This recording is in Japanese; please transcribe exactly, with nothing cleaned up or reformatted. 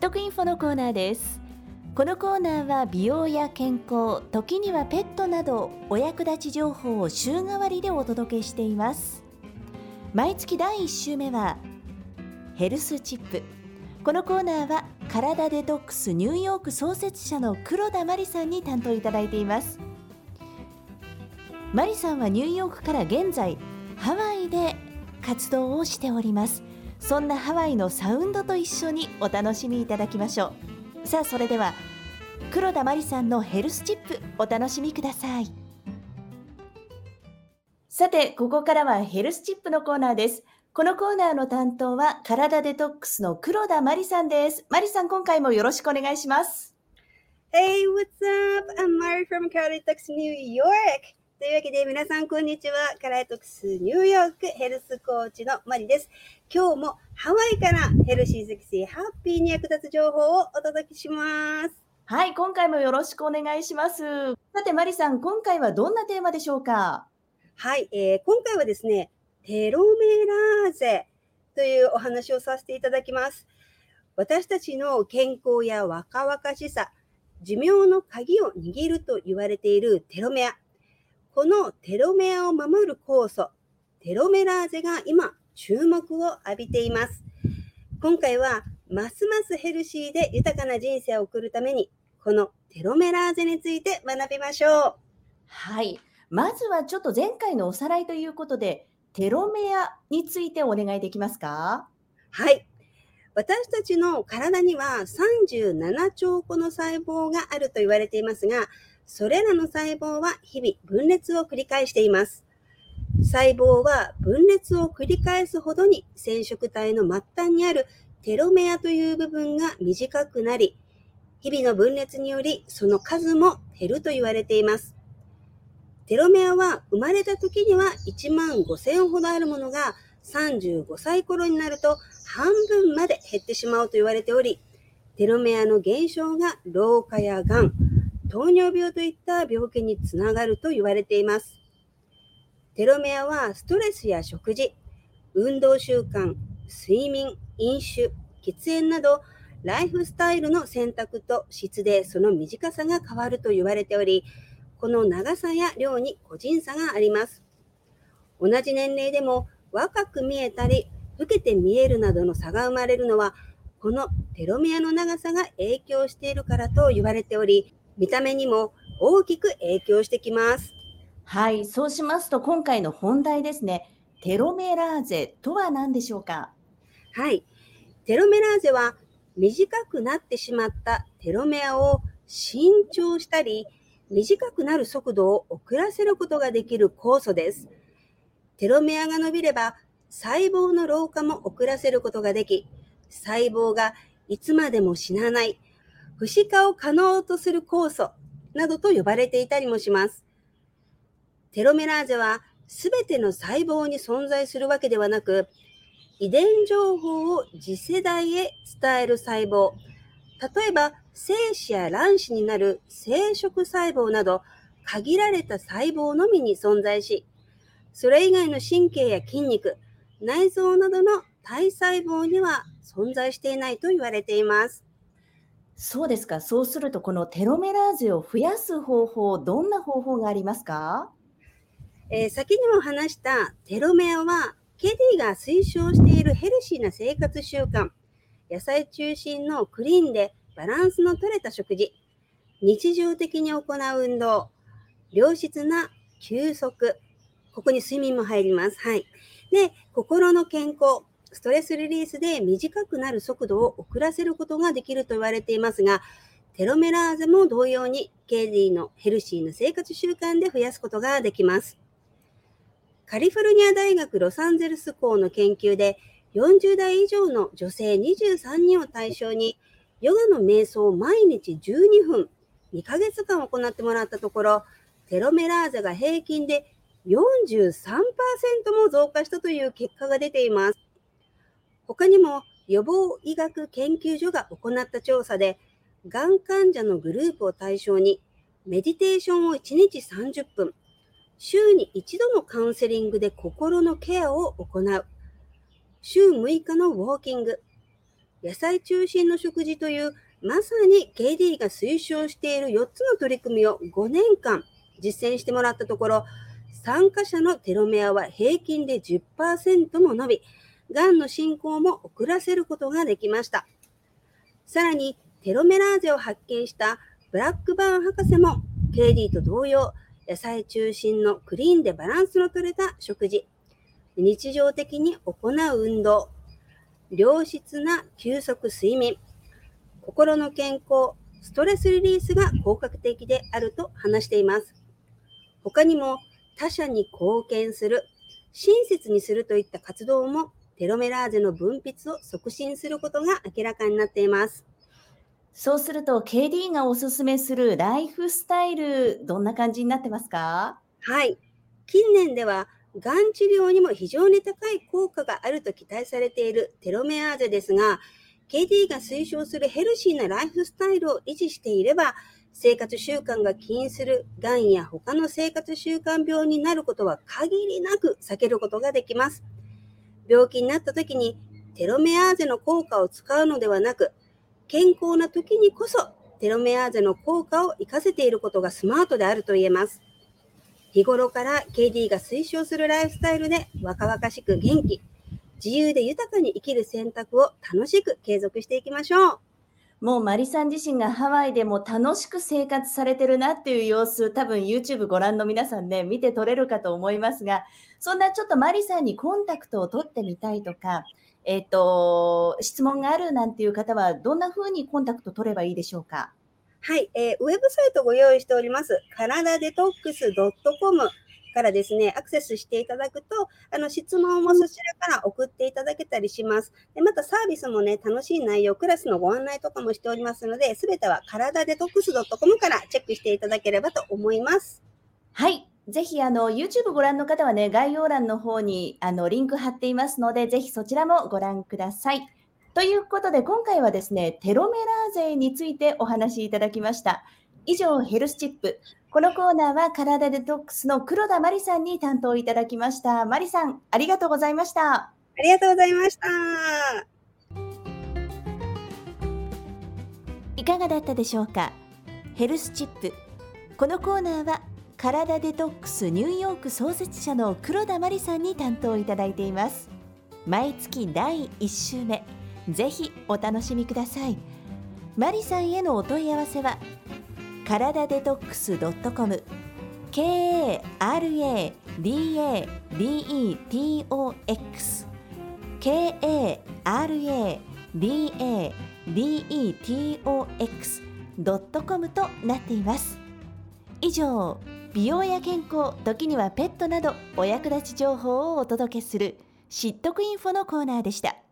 食インフォのコーナーです。このコーナーは美容や健康、時にはペットなどお役立ち情報を週替わりでお届けしています。毎月だいいっ週目はヘルスチップ。このコーナーは体デトックスニューヨーク創設者の黒田真理さんに担当いただいています。真理さんはニューヨークから現在ハワイで活動をしております。そんなハワイのサウンドと一緒にお楽しみいただきましょう。さあ、それでは黒田真理さんのヘルスチップお楽しみください。さて、ここからはヘルスチップのコーナーです。このコーナーの担当は体デトックスの黒田真理さんです。真理さん、今回もよろしくお願いします。 Hey, what's up? I'm Mari from Karate Talks New York. というわけで皆さんこんにちは。カラートックスニューヨークヘルスコーチのマリです。今日もハワイからヘルシーセクシーハッピーに役立つ情報をお届けします。 はい、今回もよろしくお願いします。さて、マリさん、今回はどんなテーマでしょうか？ はい、えー、今回はですね、テロメラーゼというお話をさせていただきます。私たちの健康や若々しさ、寿命の鍵を握ると言われているテロメア。このテロメアを守る酵素、テロメラーゼが今注目を浴びています。今回はますますヘルシーで豊かな人生を送るために、このテロメラーゼについて学びましょう。 はい、まずはちょっと前回のおさらいということで、テロメアについてお願いできますか？ はい。私たちの体にはさんじゅうななちょうこの細胞があると言われていますが、それらの細胞は日々分裂を繰り返しています。細胞は分裂を繰り返すほどに染色体の末端にあるテロメアという部分が短くなり、日々の分裂によりその数も減ると言われています。テロメアは生まれた時にはいちまんごせんほどあるものがさんじゅうごさい頃になると半分まで減ってしまうと言われており、テロメアの減少が老化やがん、糖尿病といった病気につながると言われています。テロメアはストレスや食事、運動習慣、睡眠、飲酒、喫煙などライフスタイルの選択と質でその短さが変わると言われており、この長さや量に個人差があります。同じ年齢でも若く見えたり老けて見えるなどの差が生まれるのは、このテロメアの長さが影響しているからと言われており、見た目にも大きく影響してきます。 はい、そうしますと今回の本題ですね。テロメラーゼとは何でしょうか？ はい、テロメラーゼは短くなってしまったテロメアを伸長したり、短くなる速度を遅らせることができる酵素です。テロメアが伸びれば細胞の老化も遅らせることができ、細胞がいつまでも死なない、不死化を可能とする酵素などと呼ばれていたりもします。テロメラーゼはすべての細胞に存在するわけではなく、遺伝情報を次世代へ伝える細胞、例えば精子や卵子になる生殖細胞など限られた細胞のみに存在し、それ以外の神経や筋肉、内臓などの体細胞には存在していないと言われています。 そうですか。そうするとこのテロメラーゼを増やす方法、どんな方法がありますか？ えー、先にも話したテロメアは、ケディが推奨しているヘルシーな生活習慣、野菜中心のクリーンでバランスの取れた食事、日常的に行う運動、良質な休息、ここに睡眠も入ります。はい。で、心の健康、ストレスリリースで短くなる速度を遅らせることができると言われていますが、テロメラーゼも同様にケディのヘルシーな生活習慣で増やすことができます。カリフォルニア大学ロサンゼルス校の研究でよんじゅうだい以上の女性にじゅうさんにんを対象にヨガの瞑想を毎日じゅうにふん、にかげつかん行ってもらったところ、テロメラーゼが平均で よんじゅうさんパーセント も増加したという結果が出ています。他にも予防医学研究所が行った調査で、がん患者のグループを対象にメディテーションをいちにちさんじゅっぷん、週に一度のカウンセリングで心のケアを行う、週むいかのウォーキング、 野菜中心の食事というまさに ケーディー が推奨しているよっつの取り組みをごねんかん実践してもらったところ、参加者のテロメアは平均で じゅっパーセント も伸び、がんの進行も遅らせることができました。さらにテロメラーゼを発見したブラックバーン博士も ケーディー と同様、野菜中心のクリーンでバランスの取れた食事、日常的に行う運動、良質な休息睡眠、心の健康、ストレスリリースが効果的であると話しています。他にも他者に貢献する、親切にするといった活動もテロメラーゼの分泌を促進することが明らかになっています。 そうすると ケーディー がおすすめするライフスタイル、どんな感じになってますか？ はい。近年ではがん治療にも非常に高い効果があると期待されているテロメアーゼですが、ケーディー が推奨するヘルシーなライフスタイルを維持していれば、生活習慣が起因するがんや他の生活習慣病になることは限りなく避けることができます。病気になった時にテロメアーゼの効果を使うのではなく、健康な時にこそテロメアーゼの効果を活かせていることがスマートであると言えます。日頃から ケーディー が推奨するライフスタイルで若々しく元気、自由で豊かに生きる選択を楽しく継続していきましょう。 もうマリさん自身がハワイでも楽しく生活されてるなっていう様子、多分 YouTube ご覧の皆さんね、見て取れるかと思いますが、そんなちょっとマリさんにコンタクトを取ってみたいとか、えっと、質問があるなんていう方はどんな風にコンタクト取ればいいでしょうか？ はい、えー、ウェブサイトご用意しております。カラダデトックス ドットコム からですね、アクセスしていただくと、あの質問もそちらから送っていただけたりします。でまたサービスもね、楽しい内容、クラスのご案内とかもしておりますので、すべてはカラダデトックス ドットコム からチェックしていただければと思います。 はい。ぜひあの YouTube ご覧の方はね、概要欄の方にあのリンク貼っていますので、ぜひそちらもご覧ください。ということで、今回はですね、テロメラーゼについてお話しいただきました。以上、ヘルスチップ。このコーナーはカラダデトックスの黒田真理さんに担当いただきました。真理さん、ありがとうございました。 ありがとうございました。 いかがだったでしょうか？ヘルスチップ。このコーナーはカラダデトックスニューヨーク創設者の黒田真理さんに担当いただいています。毎月だいいっ週目、ぜひお楽しみください。マリさんへのお問い合わせはカラダデトックス ドットコム ケーエーアールエーディーエーディーイーティーオーエックス ケーエーアールエーディーエーディーイーティーオーエックス ドットコム となっています。以上、美容や健康、時にはペットなどお役立ち情報をお届けする知っとくインフォのコーナーでした。